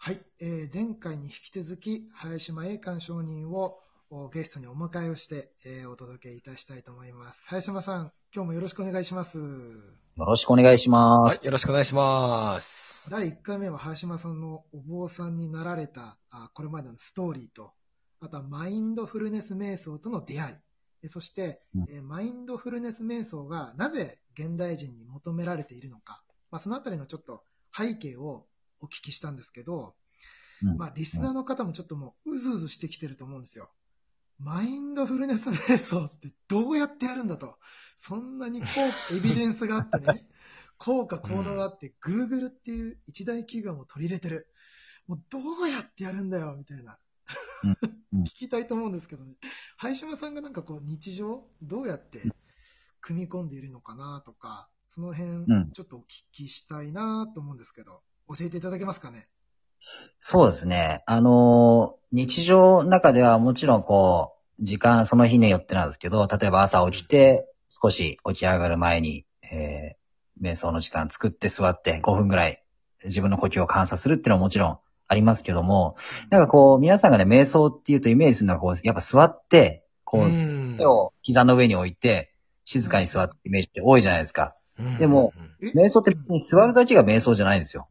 はい、前回に引き続き、林間栄冠上人をゲストにお迎えをして、お届けいたしたいと思います。林間さん、今日もよろしくお願いします。 よろしくお願いしまはい、よす。 ろしくお願いします。 第1回目は林間さんのお坊さんになられたこれまでのストーリーと、あとはマインドフルネス瞑想との出会い、そして、マインドフルネス瞑想がなぜ現代人に求められているのか、そのあたりのちょっと背景をお聞きしたんですけど、リスナーの方もちょっともううずうずしてきてると思うんですよ。マインドフルネス瞑想ってどうやってやるんだと。そんなにエビデンスがあってね、効果効能があって、Google っていう一大企業も取り入れてる。もうどうやってやるんだよ、みたいな。聞きたいと思うんですけどね。林間さんがなんか日常どうやって組み込んでいるのかなとか、その辺ちょっとお聞きしたいなと思うんですけど、教えていただけますかね。 そうですね。日常の中ではもちろん時間、その日によってなんですけど、例えば朝起きて、少し起き上がる前に、瞑想の時間作って座って5分ぐらい自分の呼吸を観察するっていうのはもちろんありますけども、なんか皆さんがね、瞑想っていうとイメージするのはやっぱ座って、手を膝の上に置いて、静かに座ってイメージって多いじゃないですか。でも、瞑想って別に座るだけが瞑想じゃないんですよ。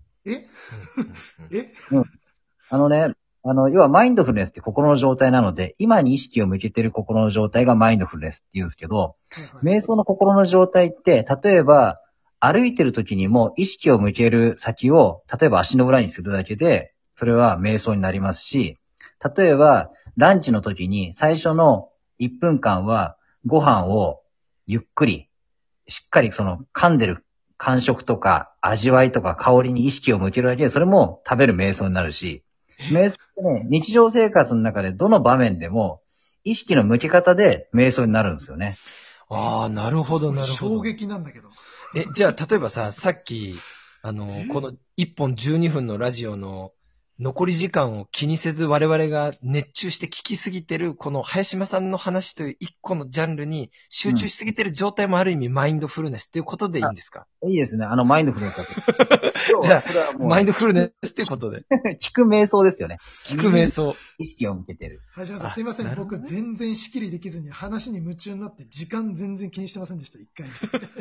要はマインドフルネスって心の状態なので、今に意識を向けている心の状態がマインドフルネスって言うんですけど、瞑想の心の状態って、例えば歩いてる時にも意識を向ける先を、例えば足の裏にするだけで、それは瞑想になりますし、例えばランチの時に最初の1分間はご飯をゆっくり、しっかり噛んでる感触とか味わいとか香りに意識を向けるだけで、それも食べる瞑想になるし、瞑想ってね、日常生活の中でどの場面でも意識の向け方で瞑想になるんですよね。 ああ、なるほど、なるほど。 衝撃なんだけど。 じゃあ、例えばさっき、この1本12分のラジオの残り時間を気にせず我々が熱中して聞きすぎてる、この林間さんの話という一個のジャンルに集中しすぎてる状態もある意味マインドフルネスっていうことでいいんですか？ いいですね。マインドフルネスだと。 じゃあ、マインドフルネスっていうことで。 聞く瞑想ですよね。 聞く瞑想。 意識を向けてる。 林間さん、すいません。僕、全然仕切りできずに話に夢中になって、時間全然気にしてませんでした、一回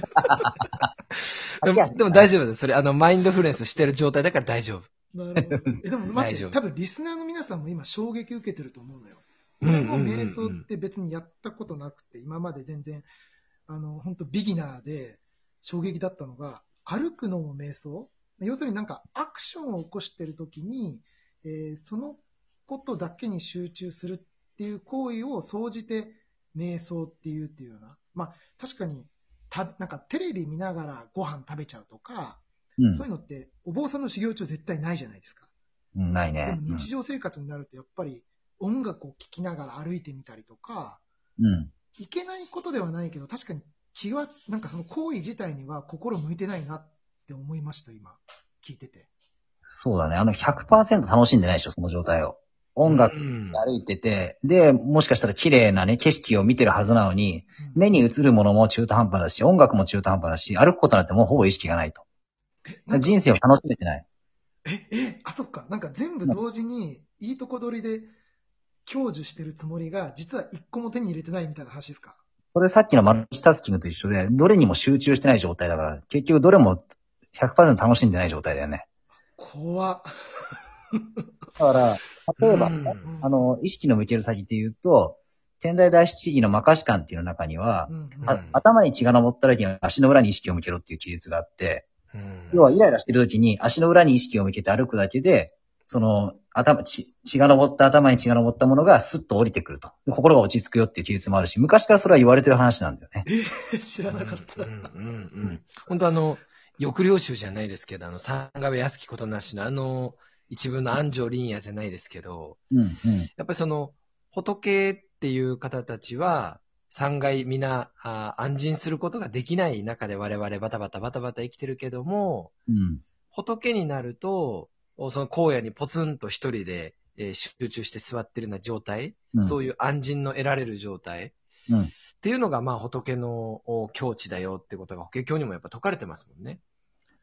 でも大丈夫です。それ、マインドフルネスしてる状態だから大丈夫。 なるほど。でも待って、多分リスナーの皆さんも今衝撃受けてると思うのよ。俺も瞑想って別にやったことなくて、今まで全然、本当ビギナーで衝撃だったのが、歩くのも瞑想。要するになんかアクションを起こしてるときに、そのことだけに集中するっていう行為を総じて瞑想っていうような。確かになんかテレビ見ながらご飯食べちゃうとか、そういうのってお坊さんの修行中絶対ないじゃないですか。 ないね。 でも日常生活になるとやっぱり音楽を聴きながら歩いてみたりとか、いけないことではないけど、確かに気は、なんかその行為自体には心向いてないなって思いました、今。聞いてて。 そうだね。100% 楽しんでないでしょ、その状態を。音楽で歩いてて、で、もしかしたら綺麗なね、景色を見てるはずなのに、目に映るものも中途半端だし、音楽も中途半端だし、歩くことなんてもうほぼ意識がないと。人生を楽しめてない。 そっか。なんか全部同時に、いいとこ取りで享受してるつもりが、実は一個も手に入れてないみたいな話ですか？ それさっきのマルチタスキングと一緒で、どれにも集中してない状態だから、結局どれも 100% 楽しんでない状態だよね。 怖っ。 だから、例えば、意識の向ける先っていうと、天台大師の摩訶止観っていうの中には、頭に血が上った時に足の裏に意識を向けろっていう記述があって、要はイライラしてる時に足の裏に意識を向けて歩くだけで、血が上った頭に血が上ったものがスッと降りてくると。心が落ち着くよっていう記述もあるし、昔からそれは言われてる話なんだよね。 知らなかった。 本当抑領集じゃないですけど、三ヶ部安きことなしの一文の安城林也じゃないですけど、やっぱり仏っていう方たちは、三階皆安心することができない中で我々バタバタ生きてるけども、仏になると、その荒野にポツンと一人で、集中して座ってるような状態、そういう安心の得られる状態、っていうのが仏の境地だよってことが法華経にもやっぱ説かれてますもんね。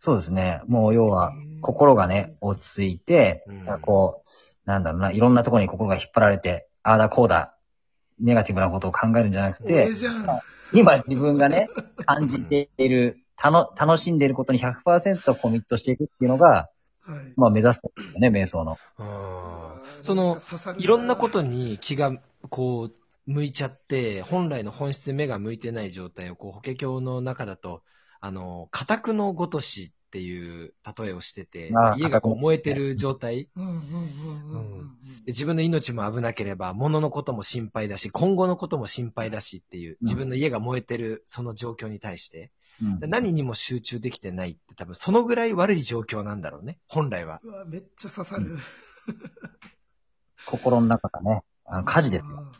そうですね。もう要は、心がね、落ち着いて、こう、なんだろうな、いろんなところに心が引っ張られて、ああだこうだ、ネガティブなことを考えるんじゃなくて、今自分がね、感じている、楽しんでいることに 100% コミットしていくっていうのが、 はい、 まあ目指すんですよね、瞑想の。 いろんなことに気が、こう、向いちゃって、本来の本質目が向いてない状態を、こう、法華経の中だと、家宅のごとしっていう例えをしてて、家がこう燃えてる状態。自分の命も危なければ、物のことも心配だし、今後のことも心配だしっていう、自分の家が燃えてるその状況に対して、何にも集中できてないって多分そのぐらい悪い状況なんだろうね、本来は。 うわ、めっちゃ刺さる。 心の中がね、火事ですよ。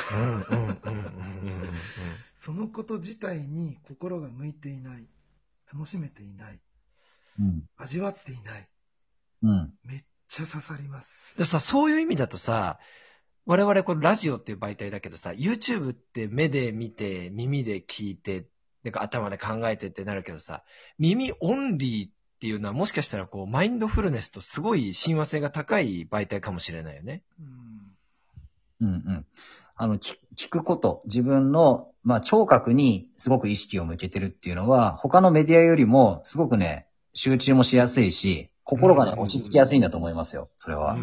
そのこと自体に心が向いていない。楽しめていない。味わっていない。めっちゃ刺さります。 でさ、そういう意味だとさ、我々これラジオっていう媒体だけどさ、YouTube って目で見て、耳で聞いて、なんか頭で考えてってなるけどさ、耳オンリーっていうのはもしかしたらこう、マインドフルネスとすごい親和性が高い媒体かもしれないよね。 聞くこと、自分の、聴覚にすごく意識を向けてるっていうのは、他のメディアよりもすごくね、集中もしやすいし、心がね、落ち着きやすいんだと思いますよ、それは。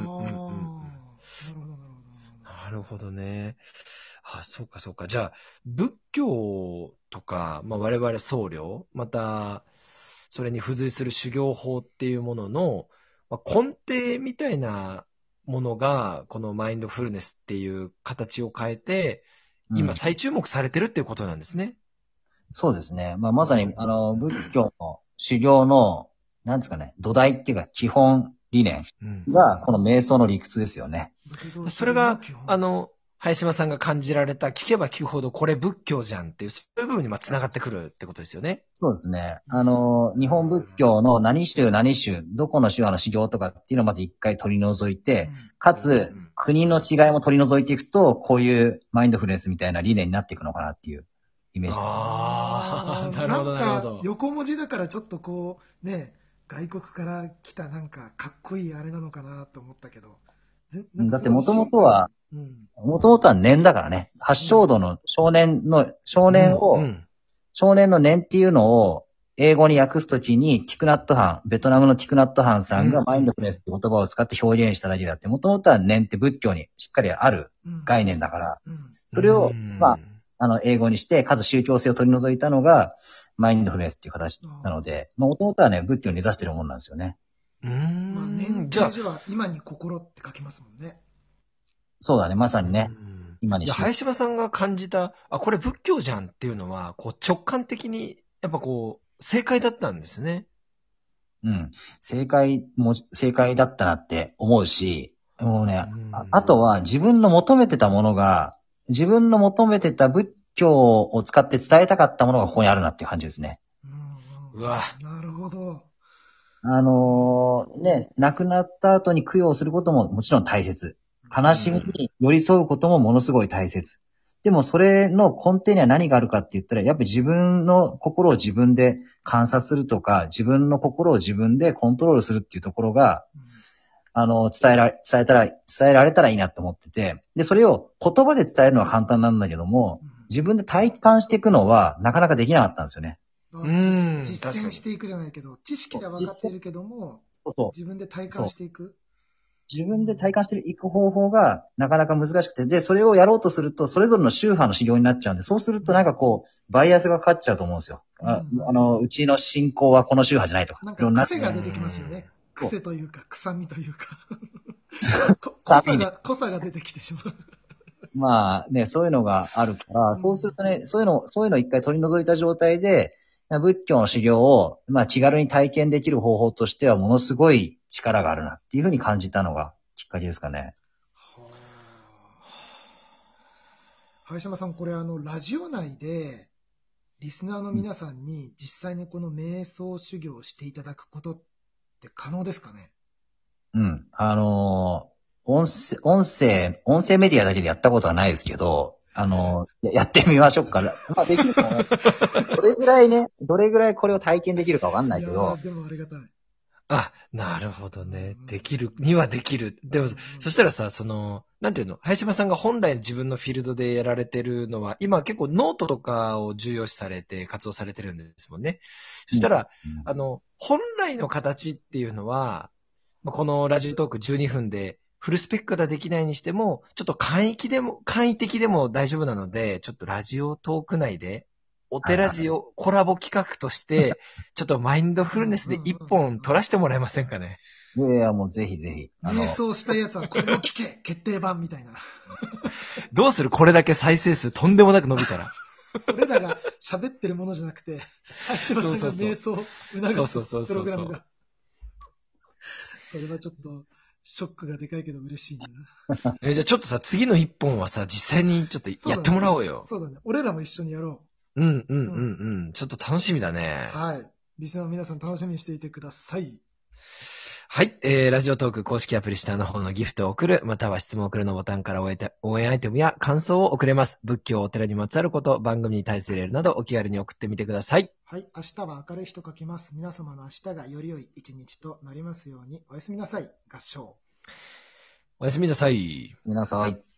なるほどね。そうかそうか。じゃあ、仏教とか、我々僧侶、また、それに付随する修行法っていうものの、根底みたいなものが、このマインドフルネスっていう形を変えて、今再注目されてるっていうことなんですね。 そうですね。まさに、仏教の修行の、なんですかね、土台っていうか基本理念が、この瞑想の理屈ですよね。 それが、林島さんが感じられた、聞けば聞くほどこれ仏教じゃんっていう、そういう部分に繋がってくるってことですよね。 そうですね。日本仏教の何宗、どこの宗派の修行とかっていうのをまず一回取り除いて、かつ、国の違いも取り除いていくと、こういうマインドフルネスみたいな理念になっていくのかなっていうイメージ。 なるほど、なるほど。 横文字だからちょっとこう、ね、外国から来たなんかかっこいいあれなのかなと思ったけど。 だってもともとは念だからね。発祥度の少年の念っていうのを英語に訳すときにベトナムのティクナットハンさんがマインドフルネスって言葉を使って表現しただけだって、もともとは念って仏教にしっかりある概念だから、それを、英語にして、かつ宗教性を取り除いたのが、マインドフルネスっていう形なので、もともとはね、仏教に根ざしてるもんなんですよね。 念という字は今に心って書きますもんね。 そうだね、まさにね。今に林島さんが感じた、これ仏教じゃんっていうのは、こう直感的に、やっぱこう、正解だったんですね。 正解だったなって思うし、もうね、あとは自分の求めてたものが、自分の求めてた仏教を使って伝えたかったものがここにあるなっていう感じですね。 うわ。 なるほど。 亡くなった後に供養することももちろん大切。悲しみに寄り添うこともものすごい大切。でもそれの根底には何があるかって言ったら、やっぱり自分の心を自分で観察するとか、自分の心を自分でコントロールするっていうところが、伝えられたらいいなと思ってて、で、それを言葉で伝えるのは簡単なんだけども、自分で体感していくのはなかなかできなかったんですよね。 実践していくじゃないけど、知識では分かっているけども、自分で体感していく。 自分で体感していく方法がなかなか難しくて、で、それをやろうとすると、それぞれの宗派の修行になっちゃうんで、そうするとなんかこう、バイアスがかかっちゃうと思うんですよ。うちの信仰はこの宗派じゃないとか。 なんか癖が出てきますよね。癖というか、臭みというか。濃さが出てきてしまう。 まあね、そういうのがあるから、そうするとね、そういうのを一回取り除いた状態で、仏教の修行を、気軽に体験できる方法としてはものすごい力があるなっていうふうに感じたのがきっかけですかね。 林島さん、これラジオ内で、リスナーの皆さんに実際にこの瞑想修行をしていただくことって可能ですかね？ 音声メディアだけでやったことはないですけど、 やってみましょうか。まあ、できるかな。どれぐらいこれを体験できるかわかんないけど。 でもありがたい。 あ、なるほどね。できるにはできる。でも、そしたらさ、なんていうの、林島さんが本来自分のフィールドでやられてるのは、今結構ノートとかを重要視されて活動されてるんですもんね。そしたら、本来の形っていうのは、このラジオトーク12分でフルスペックができないにしても、ちょっと簡易的でも大丈夫なので、ちょっとラジオトーク内で、お手ラジオコラボ企画として、ちょっとマインドフルネスで一本取らせてもらえませんかね。 いや、もうぜひぜひ。 瞑想したやつはこれを聞け決定版みたいな。 どうするこれだけ再生数とんでもなく伸びたら。 俺らが喋ってるものじゃなくて、林島さんが瞑想を促すプログラムが。それはちょっと、ショックがでかいけど嬉しいな。 じゃあちょっとさ、次の一本はさ、実際にちょっとやってもらおうよ。 そうだね。俺らも一緒にやろう。ちょっと楽しみだね。 はい。リスナーの皆さん楽しみにしていてください。 はい。ラジオトーク公式アプリ下の方のギフトを送る、または質問を送るのボタンから応援アイテムや感想を送れます。仏教、お寺にまつわること、番組に対するレールなどお気軽に送ってみてください。 はい。明日は明るい日と書きます。皆様の明日がより良い一日となりますように。おやすみなさい。合唱。 おやすみなさい。 おやすみなさい。